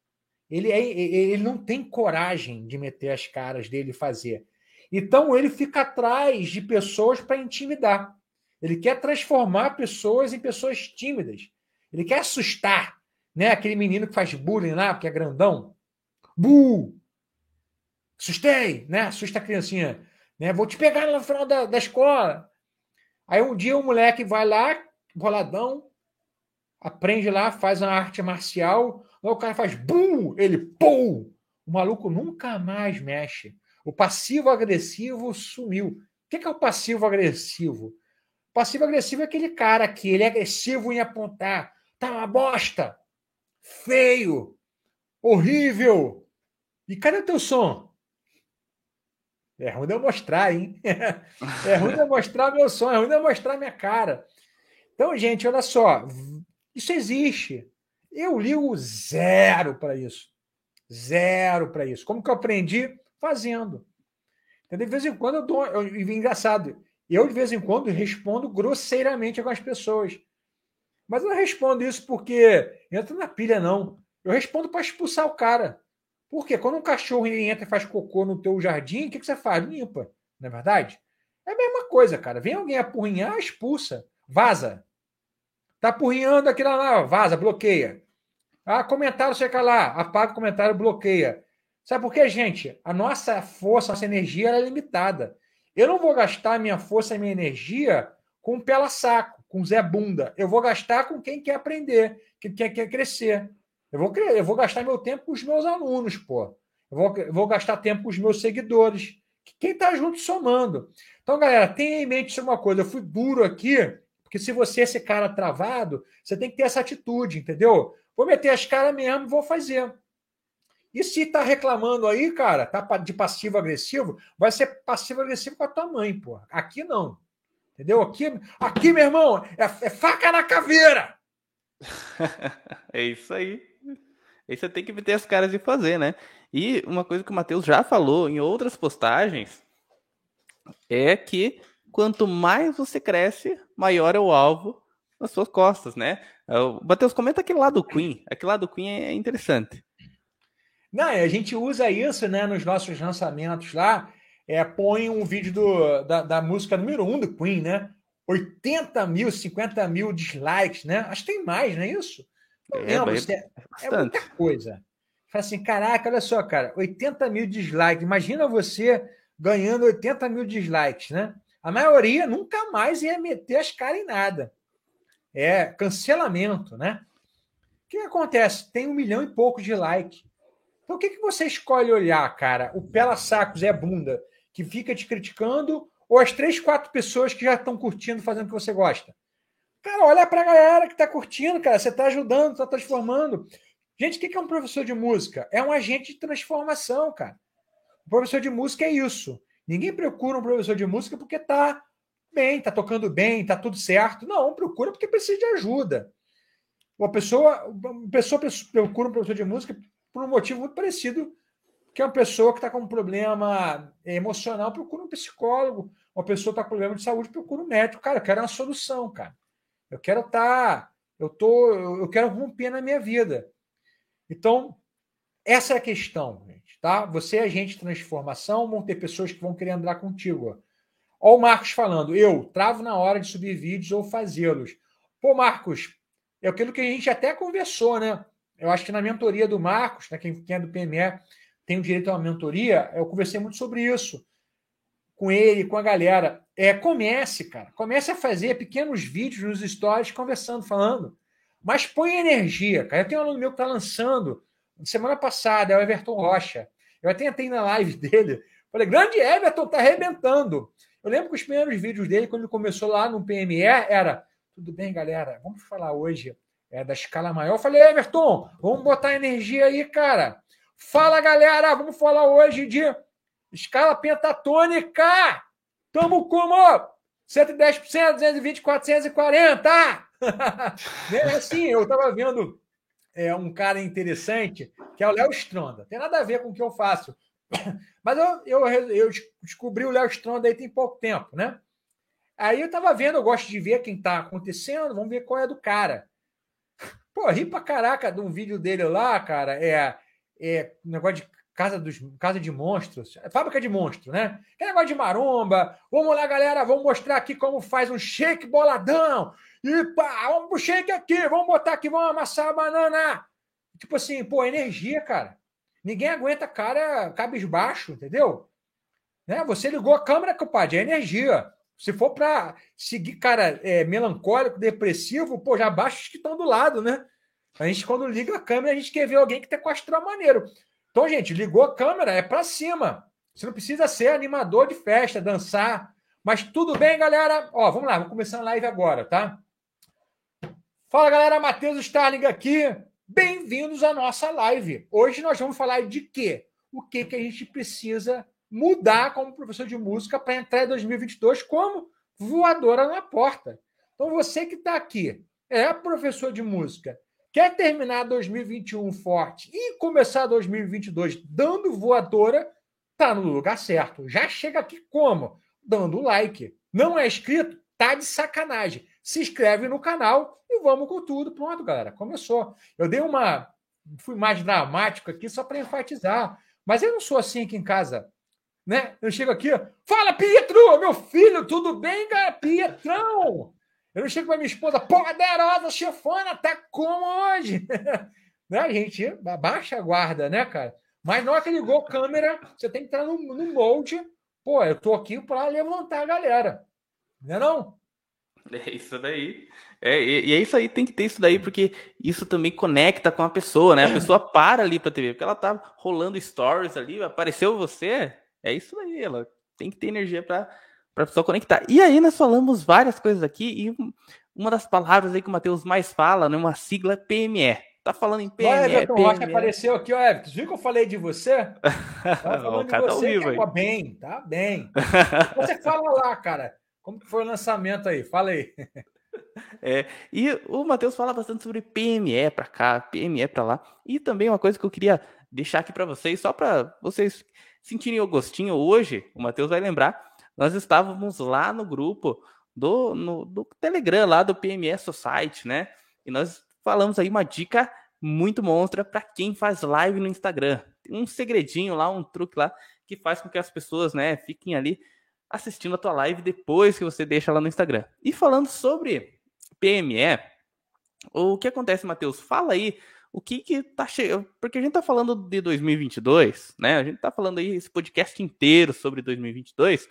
Ele não tem coragem de meter as caras dele e fazer. Então ele fica atrás de pessoas para intimidar. Ele quer transformar pessoas em pessoas tímidas. Ele quer assustar, né? Aquele menino que faz bullying lá, porque é grandão. Bu! Assustei, né? Assusta a criancinha. Né? Vou te pegar no final da escola. Aí um dia o moleque vai lá, boladão, aprende lá, faz uma arte marcial, aí o cara faz bum, ele pum. O maluco nunca mais mexe. O passivo-agressivo sumiu. O que é o passivo-agressivo? Passivo-agressivo é aquele cara que ele é agressivo em apontar. Tá uma bosta, feio, horrível. E cadê o teu som? É ruim de eu mostrar, hein? É ruim de eu mostrar meu som, é ruim de eu mostrar minha cara. Então, gente, olha só. Isso existe. Eu ligo zero para isso. Zero para isso. Como que eu aprendi? Fazendo. Então, de vez em quando eu dou. Engraçado. Eu, de vez em quando, respondo grosseiramente a algumas pessoas. Mas eu não respondo isso porque entra na pilha, não. Eu respondo para expulsar o cara. Por quê? Quando um cachorro entra e faz cocô no teu jardim, o que você faz? Limpa. Não é verdade? É a mesma coisa, cara. Vem alguém apurrinhar, expulsa. Vaza. Tá apurrinhando aquilo lá, vaza, bloqueia. Ah, comentário, sei lá, apaga o comentário, bloqueia. Sabe por quê, gente? A nossa força, a nossa energia é limitada. Eu não vou gastar minha força e minha energia com pela saco, com Zé Bunda. Eu vou gastar com quem quer aprender, quem quer crescer. Eu vou gastar meu tempo com os meus alunos, pô. Eu vou gastar tempo com os meus seguidores. Quem está junto somando. Então, galera, tenha em mente uma coisa. Eu fui duro aqui, porque se você é esse cara travado, você tem que ter essa atitude, entendeu? Vou meter as caras mesmo e vou fazer. E se tá reclamando aí, cara, tá de passivo-agressivo, vai ser passivo-agressivo com a tua mãe, porra. Aqui não. Entendeu? Aqui meu irmão, é faca na caveira. É isso aí. Aí você tem que meter as caras e fazer, né? E uma coisa que o Matheus já falou em outras postagens é que quanto mais você cresce, maior é o alvo nas suas costas, né? O Matheus, comenta aquele lá do Queen. Aquele lá do Queen é interessante. Não, a gente usa isso, né, nos nossos lançamentos lá. Põe um vídeo da música número 1 do Queen, né? 80 mil, 50 mil dislikes, né? Acho que tem mais, não é isso? Não lembro. É Bastante. muita coisa. Fala assim, caraca, olha só, cara, 80 mil dislikes. Imagina você ganhando 80 mil dislikes, né? A maioria nunca mais ia meter as caras em nada. É cancelamento, né? O que acontece? Tem 1 milhão e pouco de like. Então, o que você escolhe olhar, cara? O Pela Sacos é bunda, que fica te criticando, ou as 3, 4 pessoas que já estão curtindo, fazendo o que você gosta? Cara, olha para a galera que está curtindo, cara. Você está ajudando, está transformando. Gente, o que é um professor de música? É um agente de transformação, cara. O professor de música é isso. Ninguém procura um professor de música porque está bem, está tocando bem, está tudo certo. Não, procura porque precisa de ajuda. Uma pessoa procura um professor de música por um motivo muito parecido, que é uma pessoa que está com um problema emocional, procura um psicólogo. Uma pessoa que está com problema de saúde, procura um médico. Cara, eu quero uma solução, cara. Eu quero eu quero romper na minha vida. Então, essa é a questão, gente, tá? Você é agente de transformação, vão ter pessoas que vão querer andar contigo. Olha o Marcos falando, eu travo na hora de subir vídeos ou fazê-los. Pô, Marcos, é aquilo que a gente até conversou, né? Eu acho que na mentoria do Marcos, né, quem é do PME tem o direito a uma mentoria, eu conversei muito sobre isso com ele, com a galera. Comece, cara. Comece a fazer pequenos vídeos nos stories, conversando, falando. Mas põe energia, cara. Eu tenho um aluno meu que está lançando, semana passada, é o Everton Rocha. Eu até entrei na live dele. Falei, grande Everton, tá arrebentando. Eu lembro que os primeiros vídeos dele, quando ele começou lá no PME, era: tudo bem, galera, vamos falar hoje da escala maior. Eu falei, Everton, vamos botar energia aí, cara. Fala, galera, vamos falar hoje de escala pentatônica. Tamo como 110%, 220, 440. É assim, eu estava vendo um cara interessante, que é o Léo Stronda. Tem nada a ver com o que eu faço. Mas eu descobri o Léo Stronda aí tem pouco tempo, né? Aí eu tava vendo, eu gosto de ver quem tá acontecendo, vamos ver qual é do cara. Pô, ri pra caraca de um vídeo dele lá, cara, negócio de casa de monstros, fábrica de monstros, né? Que negócio de maromba. Vamos lá, galera, vamos mostrar aqui como faz um shake boladão. E pá, vamos pro shake aqui, vamos botar aqui, vamos amassar a banana. Tipo assim, pô, energia, cara. Ninguém aguenta cara cabisbaixo, entendeu? Né? Você ligou a câmera, compadre, é energia. Se for para seguir cara melancólico, depressivo, pô, já baixa os que estão do lado, né? A gente, quando liga a câmera, a gente quer ver alguém que tem com astral maneiro. Então, gente, ligou a câmera, é para cima. Você não precisa ser animador de festa, dançar. Mas tudo bem, galera? Ó, vamos lá, vamos começar a live agora, tá? Fala, galera, Matheus Starling aqui. Bem-vindos à nossa live. Hoje nós vamos falar de quê? O que a gente precisa mudar como professor de música para entrar em 2022 como voadora na porta. Então, você que está aqui, é professor de música, quer terminar 2021 forte e começar 2022 dando voadora, tá no lugar certo. Já chega aqui como? Dando like. Não é inscrito? Tá de sacanagem. Se inscreve no canal e vamos com tudo. Pronto, galera. Começou. Eu fui mais dramático aqui só para enfatizar. Mas eu não sou assim aqui em casa. Né? Eu chego aqui, fala, Pietro, meu filho, tudo bem, cara? Pietrão! Eu não chego para minha esposa, poderosa chefona, tá como hoje? Né, gente? Baixa a guarda, né, cara? Mas na hora que ligou a câmera, você tem que estar no molde. Pô, eu tô aqui para levantar a galera. Não é não? É isso daí. E é isso aí, tem que ter isso daí, porque isso também conecta com a pessoa, né? A pessoa para ali pra TV, porque ela tá rolando stories ali, apareceu você, é isso daí, ela tem que ter energia pra pessoa conectar. E aí nós falamos várias coisas aqui, e uma das palavras aí que o Matheus mais fala, né, uma sigla é PME. Tá falando em PME, Olha, Everton PME. Rocha apareceu aqui, ó, Everton. Viu que eu falei de você? Tava O falando de cara tá ao você vivo que aí. tá bem, tá bem. Você fala lá, cara. Como que foi o lançamento aí? Fala aí. E o Matheus fala bastante sobre PME para cá, PME para lá. E também uma coisa que eu queria deixar aqui para vocês, só para vocês sentirem o gostinho. Hoje, o Matheus vai lembrar, nós estávamos lá no grupo do Telegram, lá do PME Society, né? E nós falamos aí uma dica muito monstra para quem faz live no Instagram. Tem um segredinho lá, um truque lá, que faz com que as pessoas, né, fiquem ali assistindo a tua live depois que você deixa lá no Instagram. E falando sobre PME, o que acontece, Matheus? Fala aí o que tá chegando, porque a gente tá falando de 2022, né? A gente tá falando aí esse podcast inteiro sobre 2022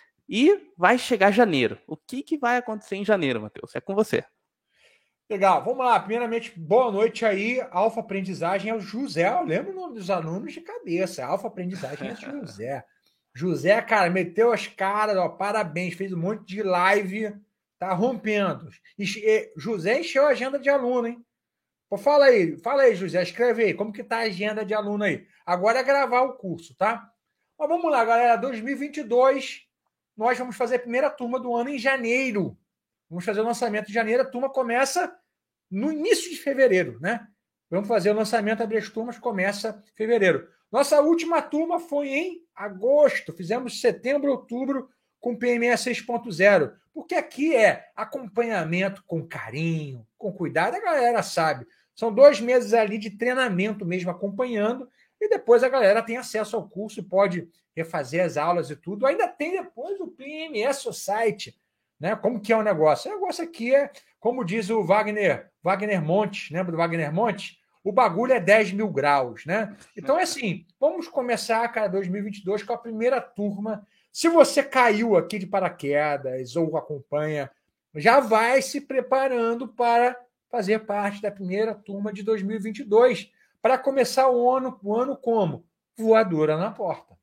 e vai chegar janeiro. O que vai acontecer em janeiro, Matheus? É com você. Legal, vamos lá. Primeiramente, boa noite aí. Alfa Aprendizagem é o José. Eu lembro o nome dos alunos de cabeça. Alfa Aprendizagem é o José. José, cara, meteu as caras, ó, parabéns, fez um monte de live, tá rompendo. José encheu a agenda de aluno, hein? Pô, fala aí, José, escreve aí, como que tá a agenda de aluno aí? Agora é gravar o curso, tá? Mas vamos lá, galera, 2022, nós vamos fazer a primeira turma do ano em janeiro. Vamos fazer o lançamento em janeiro, a turma começa no início de fevereiro, né? Vamos fazer o lançamento, abrir as turmas, começa em fevereiro. Nossa última turma foi em agosto, fizemos setembro, outubro com PME 6.0, porque aqui é acompanhamento com carinho, com cuidado, a galera sabe. São 2 meses ali de treinamento mesmo, acompanhando, e depois a galera tem acesso ao curso, pode refazer as aulas e tudo. Ainda tem depois o PME Society, né? Como que é o negócio? O negócio aqui é, como diz o Wagner Montes, lembra do Wagner Montes? O bagulho é 10 mil graus, né? Então, é assim, vamos começar, cara, 2022 com a primeira turma. Se você caiu aqui de paraquedas ou acompanha, já vai se preparando para fazer parte da primeira turma de 2022, para começar o ano como? Voadora na porta.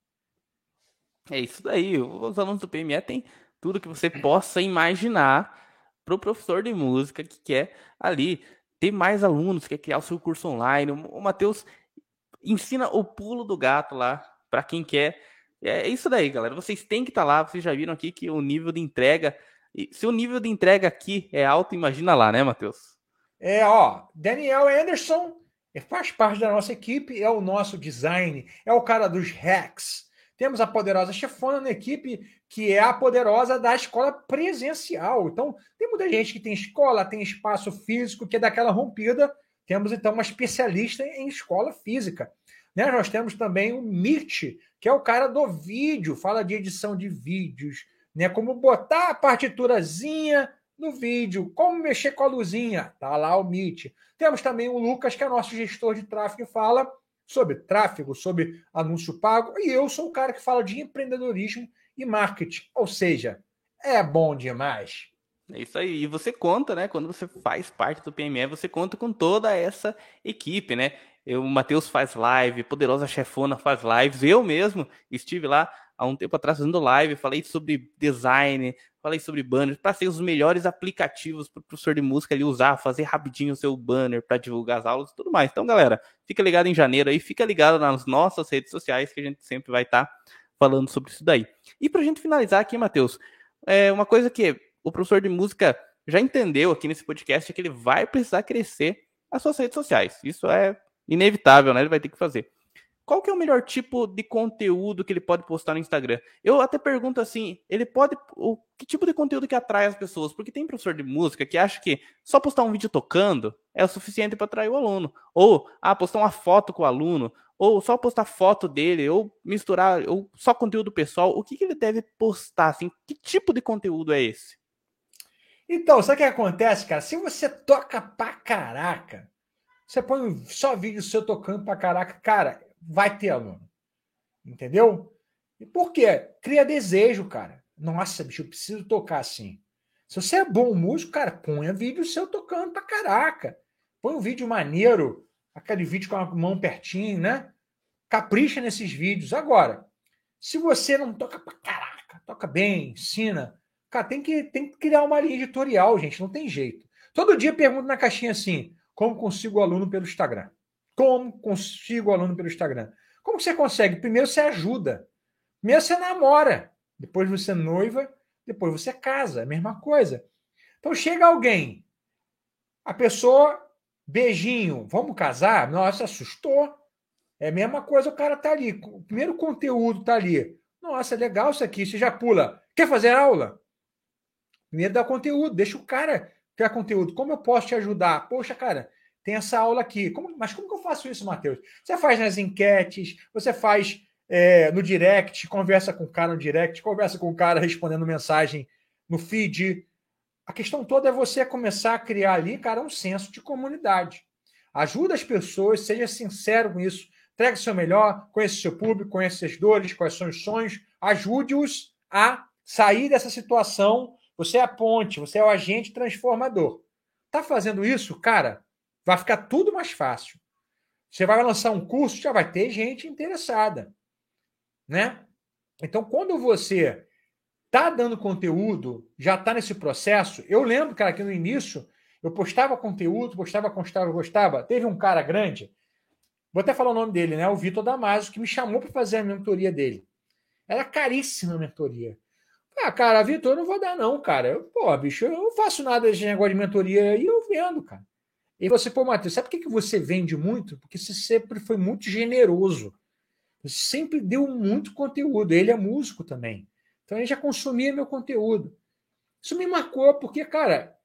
É isso daí. Os alunos do PME têm tudo que você possa imaginar para o professor de música que quer ali ter mais alunos, quer criar o seu curso online. O Matheus ensina o pulo do gato lá para quem quer. É isso daí, galera. Vocês têm que estar lá. Vocês já viram aqui que o nível de entrega. Se o nível de entrega aqui é alto, imagina lá, né, Matheus? Daniel Anderson faz parte da nossa equipe, é o nosso design, é o cara dos hacks. Temos a poderosa chefona na equipe, que é a poderosa da escola presencial. Então, tem muita gente que tem escola, tem espaço físico, que é daquela rompida. Temos, então, uma especialista em escola física. Né? Nós temos também o Meet, que é o cara do vídeo, fala de edição de vídeos, né? Como botar a partiturazinha no vídeo, como mexer com a luzinha, tá lá o Meet. Temos também o Lucas, que é nosso gestor de tráfego, que fala sobre tráfego, sobre anúncio pago, e eu sou o cara que fala de empreendedorismo e marketing, ou seja, é bom demais. É isso aí. E você conta, né? Quando você faz parte do PME, você conta com toda essa equipe, né? O Matheus faz live, Poderosa Chefona faz lives. Eu mesmo estive lá há um tempo atrás fazendo live, falei sobre design, falei sobre banner, passei os melhores aplicativos para o professor de música ali usar, fazer rapidinho o seu banner para divulgar as aulas e tudo mais. Então, galera, fica ligado em janeiro aí, fica ligado nas nossas redes sociais que a gente sempre vai estar falando sobre isso daí. E para a gente finalizar aqui, Matheus, uma coisa que o professor de música já entendeu aqui nesse podcast é que ele vai precisar crescer as suas redes sociais. Isso é inevitável, né? Ele vai ter que fazer. Qual que é o melhor tipo de conteúdo que ele pode postar no Instagram? Eu até pergunto assim, que tipo de conteúdo que atrai as pessoas? Porque tem professor de música que acha que só postar um vídeo tocando é o suficiente para atrair o aluno. Ou, postar uma foto com o aluno, ou só postar foto dele, ou misturar, ou só conteúdo pessoal. O que ele deve postar, assim? Que tipo de conteúdo é esse? Então, sabe o que acontece, cara? Se você toca pra caraca, você põe só vídeo seu tocando pra caraca, cara, vai ter aluno. Entendeu? E por quê? Cria desejo, cara. Nossa, bicho, eu preciso tocar assim. Se você é bom músico, cara, ponha vídeo seu tocando pra caraca. Põe um vídeo maneiro, aquele vídeo com a mão pertinho, né? Capricha nesses vídeos. Agora, se você não toca pra caraca, toca bem, ensina, cara, tem que criar uma linha editorial, gente, não tem jeito. Todo dia pergunto na caixinha assim: como consigo aluno pelo Instagram? Como consigo aluno pelo Instagram? Como você consegue? Primeiro você ajuda. Primeiro você namora. Depois você noiva. Depois você casa. É a mesma coisa. Então chega alguém. A pessoa, beijinho, vamos casar? Nossa, assustou. É a mesma coisa, o cara tá ali. O primeiro conteúdo tá ali. Nossa, é legal isso aqui. Você já pula. Quer fazer aula? Primeiro dá conteúdo. Deixa o cara criar conteúdo. Como eu posso te ajudar? Poxa, cara, tem essa aula aqui. Mas como que eu faço isso, Matheus? Você faz nas enquetes, você faz no direct, conversa com o cara no direct, conversa com o cara respondendo mensagem no feed. A questão toda é você começar a criar ali, cara, um senso de comunidade. Ajuda as pessoas, seja sincero com isso. Entregue o seu melhor, conheça o seu público, conheça as dores, quais são os sonhos. Ajude-os a sair dessa situação. Você é a ponte, você é o agente transformador. Tá fazendo isso, cara? Vai ficar tudo mais fácil. Você vai lançar um curso, já vai ter gente interessada, né? Então, quando você tá dando conteúdo, já tá nesse processo. Eu lembro, cara, que no início eu postava conteúdo, postava. Teve um cara grande, vou até falar o nome dele, né? O Vitor Damasio, que me chamou para fazer a mentoria dele. Era caríssima a mentoria. Cara, Vitor, eu não vou dar, não, cara. Bicho, eu não faço nada de negócio de mentoria e eu vendo, cara. E você, Matheus, sabe por que você vende muito? Porque você sempre foi muito generoso. Você sempre deu muito conteúdo. Ele é músico também. Então ele já consumia meu conteúdo. Isso me marcou, porque, cara,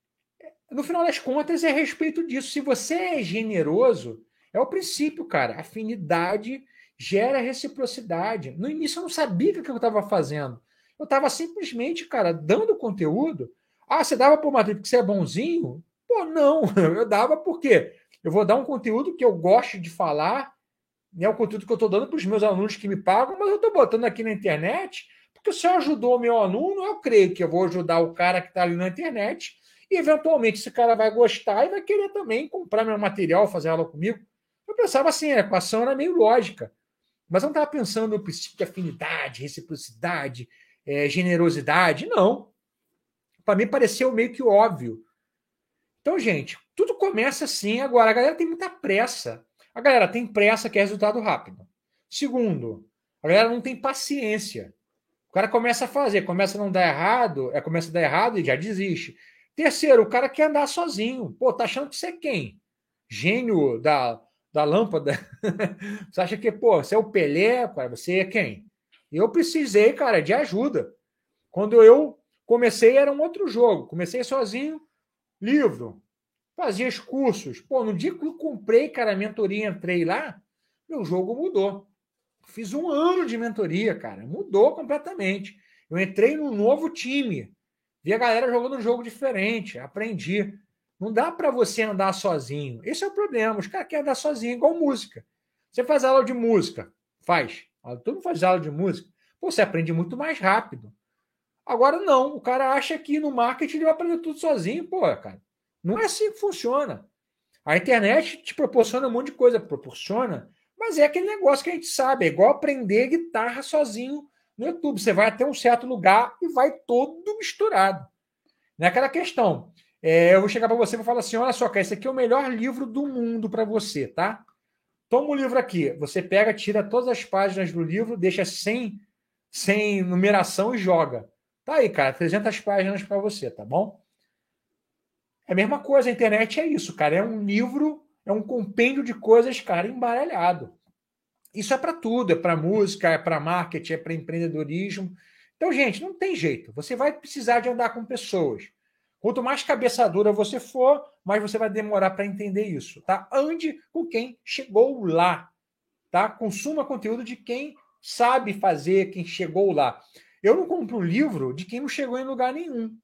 no final das contas é a respeito disso. Se você é generoso, é o princípio, cara. Afinidade gera reciprocidade. No início eu não sabia o que eu estava fazendo. Eu estava simplesmente, cara, dando conteúdo. Você dava por Madrid porque você é bonzinho? Pô, não. Eu dava porque eu vou dar um conteúdo que eu gosto de falar, é o conteúdo que eu estou dando para os meus alunos que me pagam, mas eu estou botando aqui na internet, porque se eu ajudou o meu aluno, eu creio que eu vou ajudar o cara que está ali na internet, e eventualmente esse cara vai gostar e vai querer também comprar meu material, fazer aula comigo. Eu pensava assim, a equação era meio lógica, mas eu não estava pensando no princípio de afinidade, reciprocidade, generosidade, não. Para mim pareceu meio que óbvio. Então, gente, tudo começa assim. Agora, a galera tem muita pressa. A galera tem pressa, quer resultado rápido. Segundo, a galera não tem paciência. O cara começa a fazer, começa a não dar errado, começa a dar errado e já desiste. Terceiro, o cara quer andar sozinho. Pô, tá achando que você é quem? Gênio da lâmpada? Você acha que, você é o Pelé, cara? Você é quem? Eu precisei, cara, de ajuda. Quando eu comecei, era um outro jogo. Comecei sozinho, livro, fazia os cursos. No dia que eu comprei, cara, a mentoria, entrei lá, meu jogo mudou. Fiz 1 ano de mentoria, cara. Mudou completamente. Eu entrei num novo time. Vi a galera jogando um jogo diferente. Aprendi. Não dá para você andar sozinho. Esse é o problema. Os caras querem andar sozinho, igual música. Você faz aula de música. Faz. Todo mundo faz aula de música. Pô, você aprende muito mais rápido. Agora não. O cara acha que no marketing ele vai aprender tudo sozinho. Pô, cara. Não é assim que funciona. A internet te proporciona um monte de coisa. Proporciona. Mas é aquele negócio que a gente sabe, é igual aprender guitarra sozinho no YouTube. Você vai até um certo lugar e vai todo misturado. Não é aquela questão. Eu vou chegar para você e vou falar assim: olha só, cara, esse aqui é o melhor livro do mundo para você, tá? Toma o livro aqui. Você pega, tira todas as páginas do livro, deixa sem numeração e joga. Tá aí, cara, 300 páginas para você, tá bom? É a mesma coisa, a internet é isso, cara. É um livro, é um compêndio de coisas, cara, embaralhado. Isso é para tudo, é para música, é para marketing, é para empreendedorismo. Então, gente, não tem jeito. Você vai precisar de andar com pessoas. Quanto mais cabeça dura você for, mais você vai demorar para entender isso, tá? Ande com quem chegou lá, tá? Consuma conteúdo de quem sabe fazer, quem chegou lá. Eu não compro livro de quem não chegou em lugar nenhum.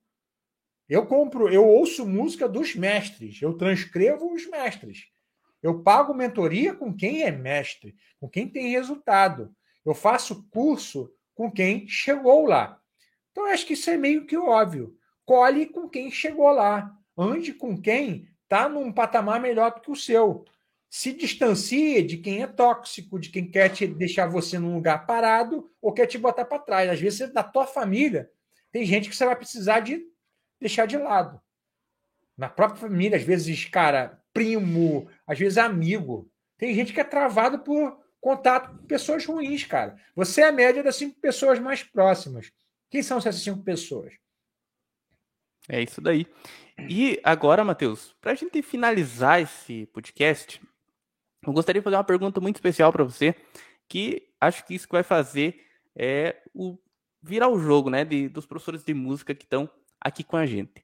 Eu ouço música dos mestres, eu transcrevo os mestres. Eu pago mentoria com quem é mestre, com quem tem resultado. Eu faço curso com quem chegou lá. Então, eu acho que isso é meio que óbvio. Colhe com quem chegou lá. Ande com quem está num patamar melhor do que o seu. Se distancie de quem é tóxico, de quem quer te deixar você num lugar parado ou quer te botar para trás. Às vezes, da tua família, tem gente que você vai precisar de deixar de lado. Na própria família, às vezes, cara, primo, às vezes amigo. Tem gente que é travado por contato com pessoas ruins, cara. Você é a média das 5 pessoas mais próximas. Quem são essas 5 pessoas? É isso daí. E agora, Matheus, para a gente finalizar esse podcast, eu gostaria de fazer uma pergunta muito especial para você, que acho que isso que vai fazer virar o jogo, né, dos professores de música que estão aqui com a gente.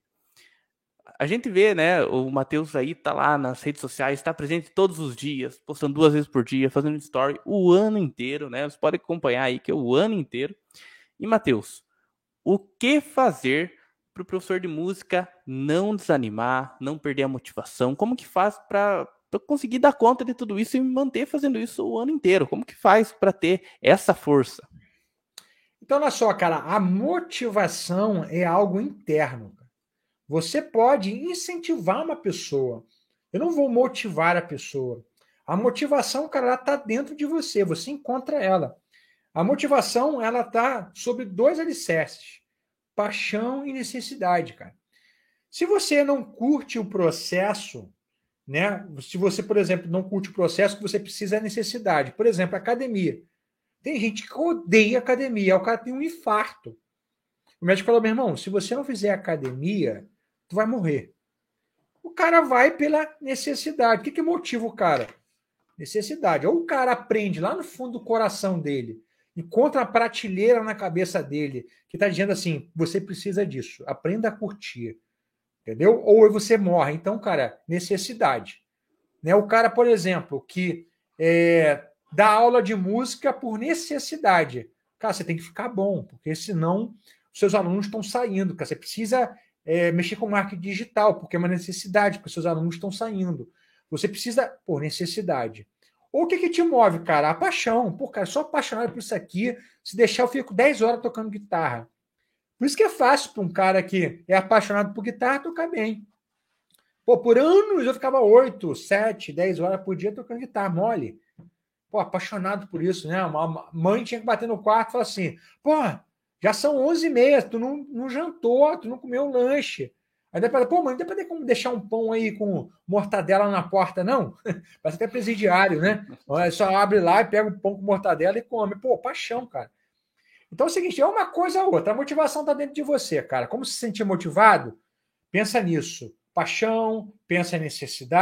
A gente vê, né, o Matheus aí tá lá nas redes sociais, está presente todos os dias, postando 2 vezes por dia, fazendo story o ano inteiro, né? Você pode acompanhar aí que é o ano inteiro. E Matheus, o que fazer para o professor de música não desanimar, não perder a motivação? Como que faz para conseguir dar conta de tudo isso e manter fazendo isso o ano inteiro? Como que faz para ter essa força? Então, olha só, cara, a motivação é algo interno. Você pode incentivar uma pessoa. Eu não vou motivar a pessoa. A motivação, cara, ela está dentro de você. Você encontra ela. A motivação, ela está sobre 2 alicerces: paixão e necessidade, cara. Se você não curte o processo, né? Se você, por exemplo, não curte o processo, que você precisa é necessidade. Por exemplo, academia. Tem gente que odeia academia. O cara tem um infarto. O médico falou: meu irmão, se você não fizer academia, tu vai morrer. O cara vai pela necessidade. O que motiva o cara? Necessidade. Ou o cara aprende lá no fundo do coração dele, encontra uma prateleira na cabeça dele que está dizendo assim: você precisa disso, aprenda a curtir. Entendeu? Ou você morre. Então, cara, necessidade. Né? O cara, por exemplo, que dá aula de música por necessidade. Cara, você tem que ficar bom, porque senão os seus alunos estão saindo. Cara, você precisa mexer com marketing digital, porque é uma necessidade, porque os seus alunos estão saindo. Você precisa, por necessidade. Ou o que te move, cara? A paixão. Pô, cara, eu sou apaixonado por isso aqui. Se deixar, eu fico 10 horas tocando guitarra. Por isso que é fácil para um cara que é apaixonado por guitarra tocar bem. Pô, por anos eu ficava 8, 7, 10 horas por dia tocando guitarra, mole. Pô, apaixonado por isso, né? Uma mãe tinha que bater no quarto e falar assim: pô, já são 11h30, tu não jantou, tu não comeu lanche. Aí depois, pô, mãe, não tem como deixar um pão aí com mortadela na porta, não? Parece até presidiário, né? Só abre lá e pega o pão com mortadela e come. Pô, paixão, cara. Então é o seguinte, é uma coisa ou outra. A motivação está dentro de você, cara. Como se sentir motivado? Pensa nisso. Paixão, pensa em necessidade.